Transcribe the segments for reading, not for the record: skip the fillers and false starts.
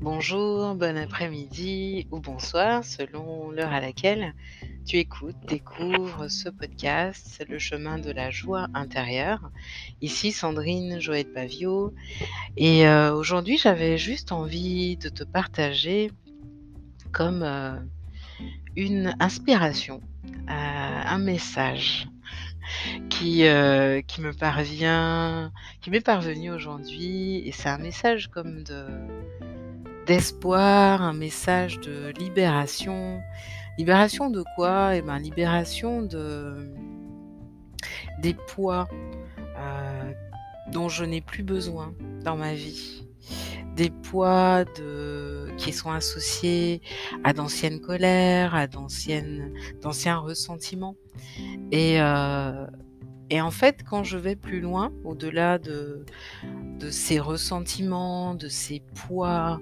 Bonjour, bon après-midi ou bonsoir selon l'heure à laquelle tu écoutes, découvres ce podcast, c'est le chemin de la joie intérieure. Ici Sandrine Joëtte Pavio et aujourd'hui j'avais juste envie de te partager comme une inspiration, un message qui me parvient, qui m'est parvenu aujourd'hui et c'est un message comme d'espoir, un message de libération. Libération de quoi? Libération des poids, dont je n'ai plus besoin dans ma vie. Des poids qui sont associés à d'anciennes colères, d'anciens ressentiments et heu et en fait, quand je vais plus loin, au-delà de ces ressentiments, de ces poids,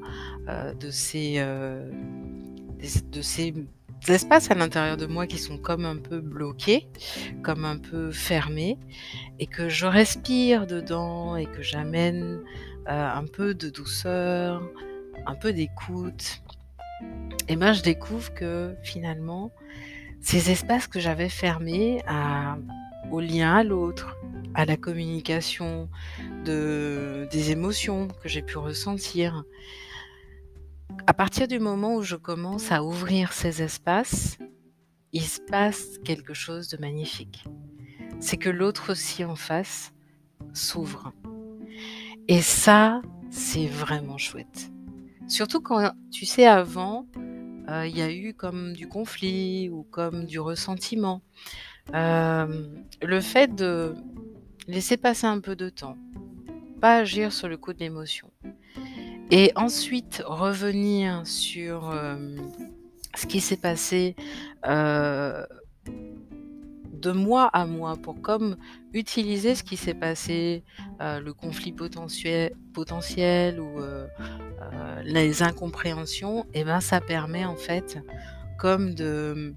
de ces espaces à l'intérieur de moi qui sont comme un peu bloqués, comme un peu fermés et que je respire dedans et que j'amène, un peu de douceur, un peu d'écoute je découvre que finalement, ces espaces que j'avais fermés au lien à l'autre, à la communication des émotions que j'ai pu ressentir. À partir du moment où je commence à ouvrir ces espaces, il se passe quelque chose de magnifique. C'est que l'autre aussi en face s'ouvre. Et ça, c'est vraiment chouette. Surtout quand, tu sais, avant, il y a eu comme du conflit ou comme du ressentiment. Le fait de laisser passer un peu de temps, pas agir sur le coup de l'émotion et ensuite revenir sur, ce qui s'est passé, heu, de moi à moi pour comme utiliser ce qui s'est passé, le conflit potentiel ou, les incompréhensions ça permet en fait comme de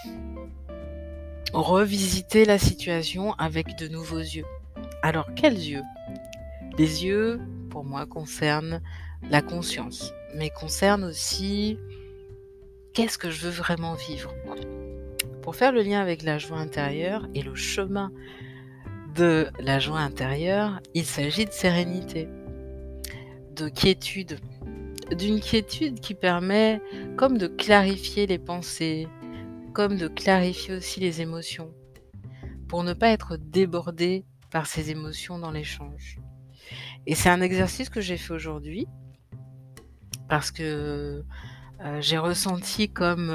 revisiter la situation avec de nouveaux yeux. Alors quels yeux? Les yeux, pour moi, concernent la conscience, mais concernent aussi qu'est-ce que je veux vraiment vivre? Pour faire le lien avec la joie intérieure et le chemin de la joie intérieure, il s'agit de sérénité, de quiétude, d'une quiétude qui permet comme de clarifier les pensées, comme de clarifier aussi les émotions, pour ne pas être débordé par ces émotions dans l'échange. Et c'est un exercice que j'ai fait aujourd'hui parce que, j'ai ressenti comme,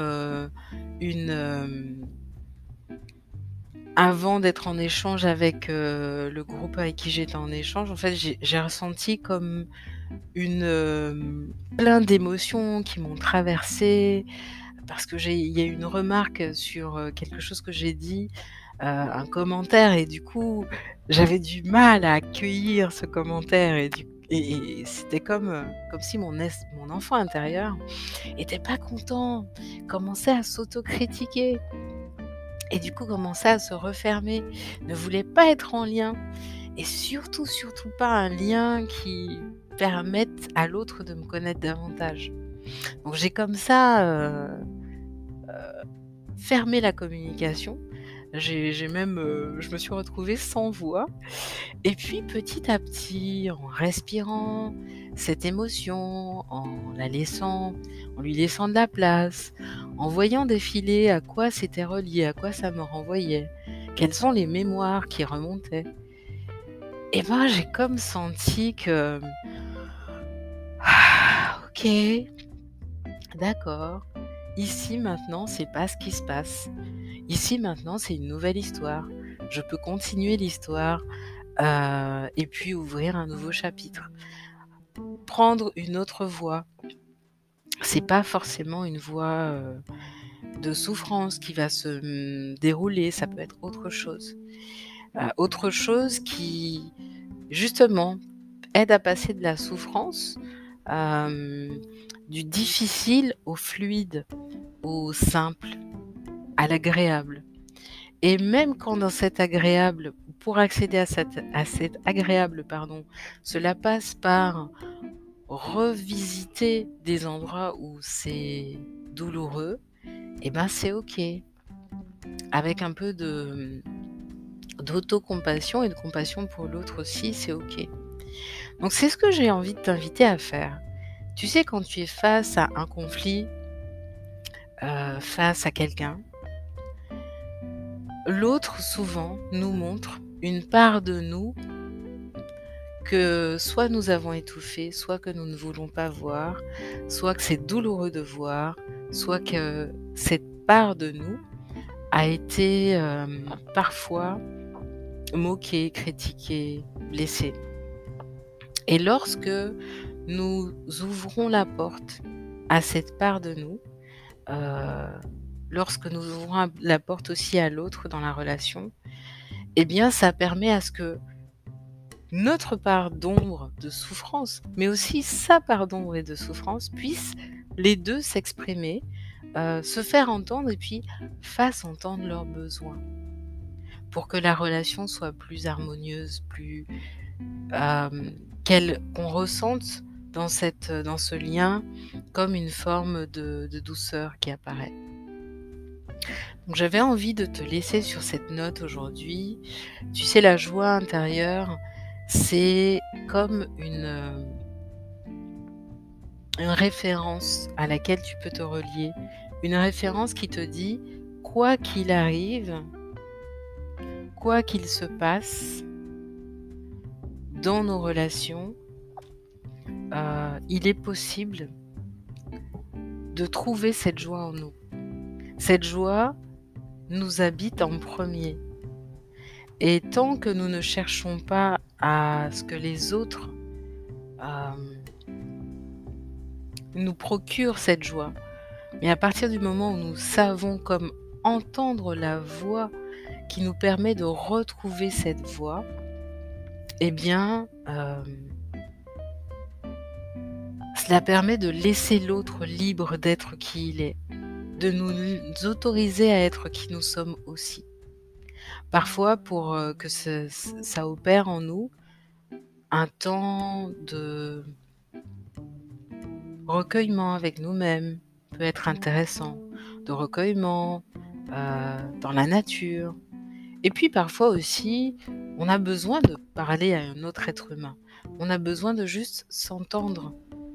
avant d'être en échange avec, le groupe avec qui j'étais en échange, en fait, j'ai ressenti comme plein d'émotions qui m'ont traversée parce que il y a eu une remarque sur, quelque chose que j'ai dit, un commentaire et du coup, j'avais du mal à accueillir ce commentaire et c'était comme si mon enfant intérieur était pas content, commençait à s'autocritiquer et du coup commençait à se refermer, ne voulait pas être en lien et surtout, surtout pas un lien qui permette à l'autre de me connaître davantage. Donc j'ai comme ça, fermé la communication. J'ai même, je me suis retrouvée sans voix et puis petit à petit, en respirant cette émotion, en lui laissant de la place, en voyant défiler à quoi c'était relié, à quoi ça me renvoyait, quelles sont les mémoires qui remontaient j'ai comme senti que: «Ah OK, d'accord, ici maintenant, c'est pas ce qui se passe. Ici maintenant, c'est une nouvelle histoire. Je peux continuer l'histoire, et puis ouvrir un nouveau chapitre. Prendre une autre voie. C'est pas forcément une voie, de souffrance qui va se dérouler, ça peut être autre chose. Autre chose qui, justement, aide à passer de la souffrance, hem, du difficile au fluide, au simple, à l'agréable. Et même quand dans cet agréable, pour accéder à cet agréable, cela passe par revisiter des endroits où c'est douloureux, et ben, c'est OK. Avec un peu de d'autocompassion et de compassion pour l'autre aussi, c'est OK. Donc c'est ce que j'ai envie de t'inviter à faire. Tu sais, quand tu es face à un conflit, face à quelqu'un, l'autre souvent nous montre une part de nous que soit nous avons étouffée, soit que nous ne voulons pas voir, soit que c'est douloureux de voir, soit que cette part de nous a été, parfois moquée, critiquée, blessée. Et lorsque nous ouvrons la porte à cette part de nous, heu, lorsque nous ouvrons la porte aussi à l'autre dans la relation, eh bien ça permet à ce que notre part d'ombre, de souffrance, mais aussi sa part d'ombre et de souffrance puissent les 2 s'exprimer, se faire entendre et puis fassent entendre leurs besoins. Pour que la relation soit plus harmonieuse, plus, qu'on ressente dans ce lien comme une forme de douceur qui apparaît. Donc j'avais envie de te laisser sur cette note aujourd'hui. Tu sais, la joie intérieure, c'est comme une référence à laquelle tu peux te relier. Une référence qui te dit: «Quoi qu'il arrive, quoi qu'il se passe dans nos relations, il est possible de trouver cette joie en nous». Cette joie nous habite en premier et tant que nous ne cherchons pas à ce que les autres, nous procurent cette joie, mais à partir du moment où nous savons comme entendre la voix qui nous permet de retrouver cette voix, eh bien, cela permet de laisser l'autre libre d'être qui il est, de nous autoriser à être qui nous sommes aussi. Parfois pour, que ça opère en nous, un temps de recueillement avec nous-mêmes peut être intéressant, de recueillement, dans la nature. Et puis parfois aussi, on a besoin de parler à un autre être humain. On a besoin de juste s'entendre.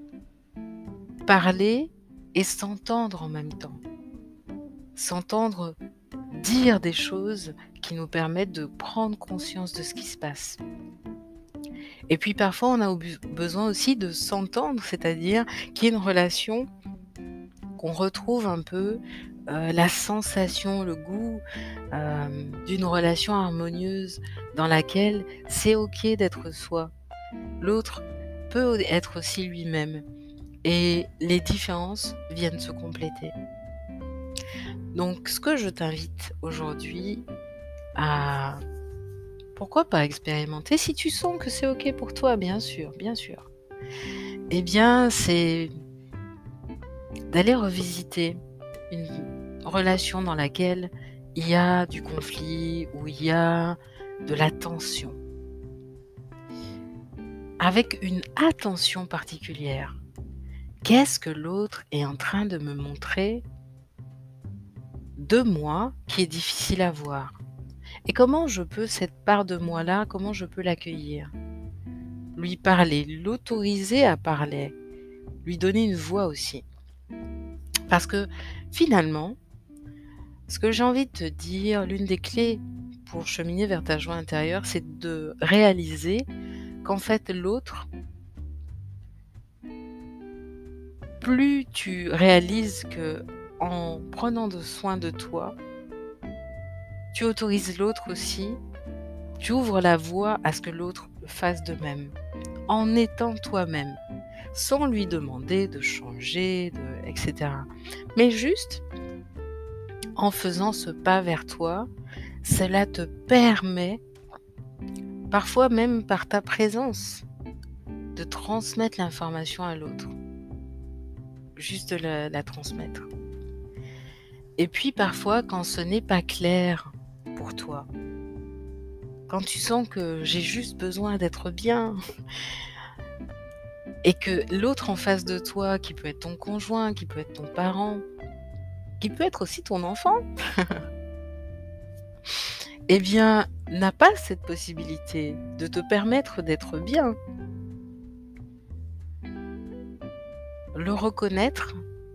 Parler et s'entendre en même temps. S'entendre dire des choses qui nous permettent de prendre conscience de ce qui se passe. Et puis parfois, on a besoin aussi de s'entendre, c'est-à-dire qu'il y ait une relation, qu'on retrouve un peu, la sensation, le goût, d'une relation harmonieuse dans laquelle c'est OK d'être soi. L'autre peut être aussi lui-même et les différences viennent se compléter. Donc ce que je t'invite aujourd'hui à pourquoi pas expérimenter si tu sens que c'est OK pour toi, bien sûr, bien sûr. Eh bien, c'est d'aller revisiter une relation dans laquelle il y a du conflit, où il y a de la tension. Avec une attention particulière. Qu'est-ce que l'autre est en train de me montrer de moi qui est difficile à voir? Et comment je peux, cette part de moi-là, comment je peux l'accueillir? Lui parler, l'autoriser à parler, lui donner une voix aussi. Parce que finalement, ce que j'ai envie de te dire, l'une des clés pour cheminer vers ta joie intérieure, c'est de réaliser qu'en fait l'autre, plus tu réalises que en prenant soin de toi, tu autorises l'autre aussi, tu ouvres la voie à ce que l'autre fasse de même, en étant toi-même, sans lui demander de changer, etc. Mais juste en faisant ce pas vers toi, cela te permet, parfois même par ta présence, de transmettre l'information à l'autre. Juste de la transmettre. Et puis parfois, quand ce n'est pas clair pour toi, quand tu sens que j'ai juste besoin d'être bien, et que l'autre en face de toi, qui peut être ton conjoint, qui peut être ton parent, qui peut être aussi ton enfant, eh bien, n'a pas cette possibilité de te permettre d'être bien. Le reconnaître,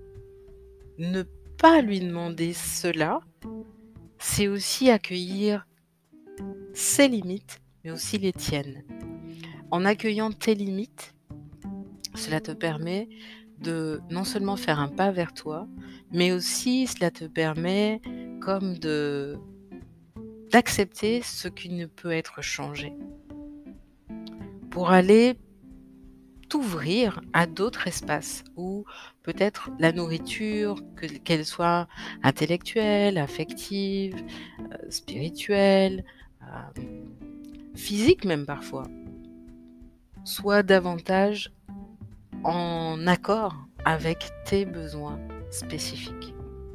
ne pas lui demander cela, c'est aussi accueillir ses limites, mais aussi les tiennes. En accueillant tes limites, cela te permet de non seulement faire un pas vers toi, mais aussi cela te permet comme d'accepter ce qui ne peut être changé, pour aller t'ouvrir à d'autres espaces où peut-être la nourriture, qu'elle soit intellectuelle, affective, spirituelle, physique même parfois, soit davantage en accord avec tes besoins spécifiques.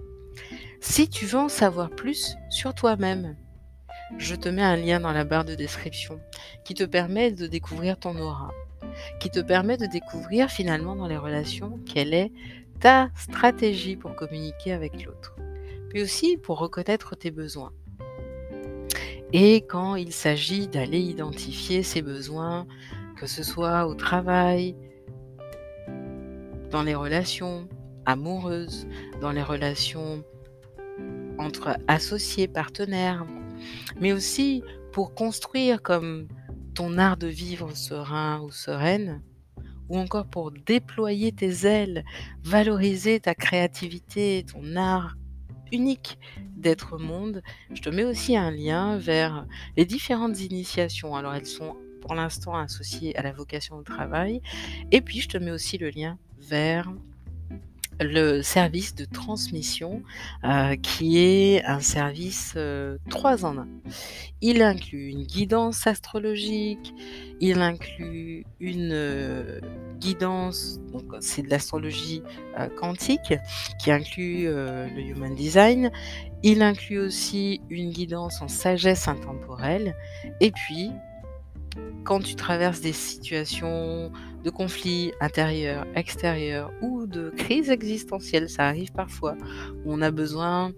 Si tu veux en savoir plus sur toi-même, je te mets un lien dans la barre de description qui te permet de découvrir ton aura, qui te permet de découvrir finalement dans les relations quelle est ta stratégie pour communiquer avec l'autre, puis aussi pour reconnaître tes besoins. Et quand il s'agit d'aller identifier ces besoins, que ce soit au travail, dans les relations amoureuses, dans les relations entre associés, partenaires, mais aussi pour construire comme ton art de vivre serein ou sereine, ou encore pour déployer tes ailes, valoriser ta créativité, ton art unique d'être au monde, je te mets aussi un lien vers les différentes initiations. Alors elles sont pour l'instant associées à la vocation au travail, et puis je te mets aussi le lien vers le service de transmission, qui est un service 3 en 1. Il inclut une guidance astrologique, il inclut une guidance, donc c'est de l'astrologie quantique, qui inclut le Human Design. Il inclut aussi une guidance en sagesse intemporelle. Et puis, quand tu traverses des situations de conflits intérieurs, extérieurs ou de crise existentielle, ça arrive parfois, où on a besoin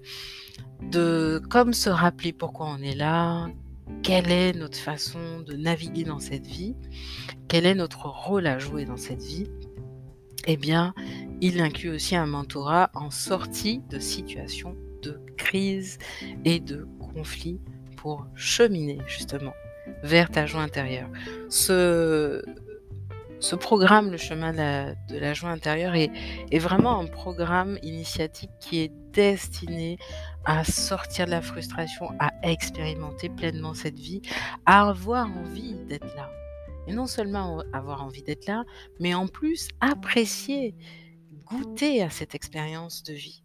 de comme se rappeler pourquoi on est là, quelle est notre façon de naviguer dans cette vie, quel est notre rôle à jouer dans cette vie, eh bien, il inclut aussi un mentorat en sortie de situations de crise et de conflits pour cheminer justement vers ta joie intérieure. Ce programme, le chemin de la joie intérieure, est vraiment un programme initiatique qui est destiné à sortir de la frustration, à expérimenter pleinement cette vie, à avoir envie d'être là. Et non seulement avoir envie d'être là, mais en plus apprécier, goûter à cette expérience de vie.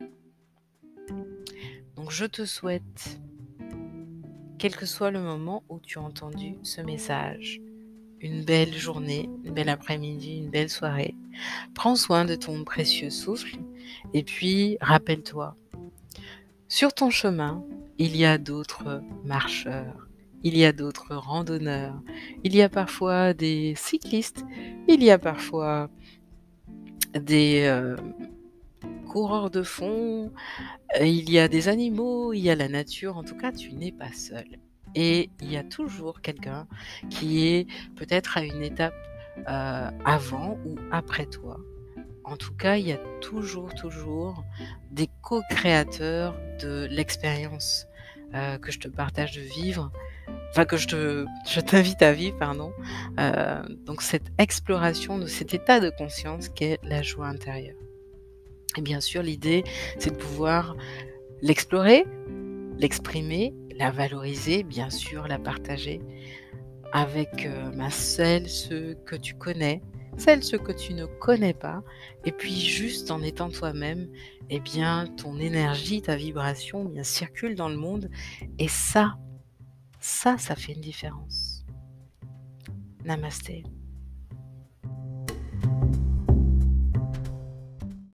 Donc je te souhaite, quel que soit le moment où tu as entendu ce message, une belle journée, une belle après-midi, une belle soirée. Prends soin de ton précieux souffle et puis rappelle-toi, sur ton chemin, il y a d'autres marcheurs, il y a d'autres randonneurs, il y a parfois des cyclistes, il y a parfois des coureurs de fond, il y a des animaux, il y a la nature, en tout cas tu n'es pas seul. Et il y a toujours quelqu'un qui est peut-être à une étape avant ou après toi. En tout cas, il y a toujours des co-créateurs de l'expérience que je te partage de vivre, enfin que je t'invite à vivre, pardon. Donc cette exploration de cet état de conscience qu'est la joie intérieure. Et bien sûr, l'idée, c'est de pouvoir l'explorer, l'exprimer, la valoriser, bien sûr, la partager avec celles, ceux que tu connais, celles, ceux que tu ne connais pas. Et puis juste en étant toi-même, eh bien, ton énergie, ta vibration, bien, circule dans le monde. Et ça fait une différence. Namasté.